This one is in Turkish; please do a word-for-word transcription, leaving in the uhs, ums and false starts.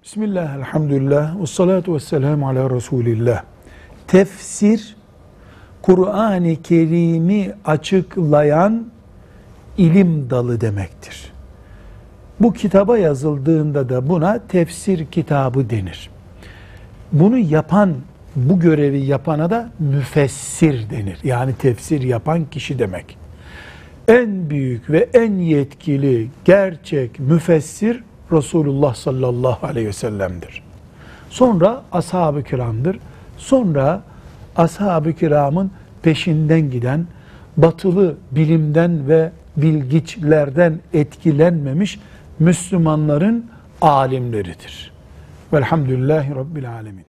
Bismillah, elhamdülillah, ve salatu ve selamu ala Resulillah. Tefsir, Kur'an-ı Kerim'i açıklayan ilim dalı demektir. Bu kitaba yazıldığında da buna tefsir kitabı denir. Bunu yapan, bu görevi yapana da müfessir denir. Yani tefsir yapan kişi demek. En büyük ve en yetkili gerçek müfessir Resulullah sallallahu aleyhi ve sellem'dir. Sonra ashab-ı kiramdır. Sonra ashab-ı kiramın peşinden giden, batılı bilimden ve bilgiçlerden etkilenmemiş Müslümanların alimleridir. Velhamdülillahi Rabbil alemin.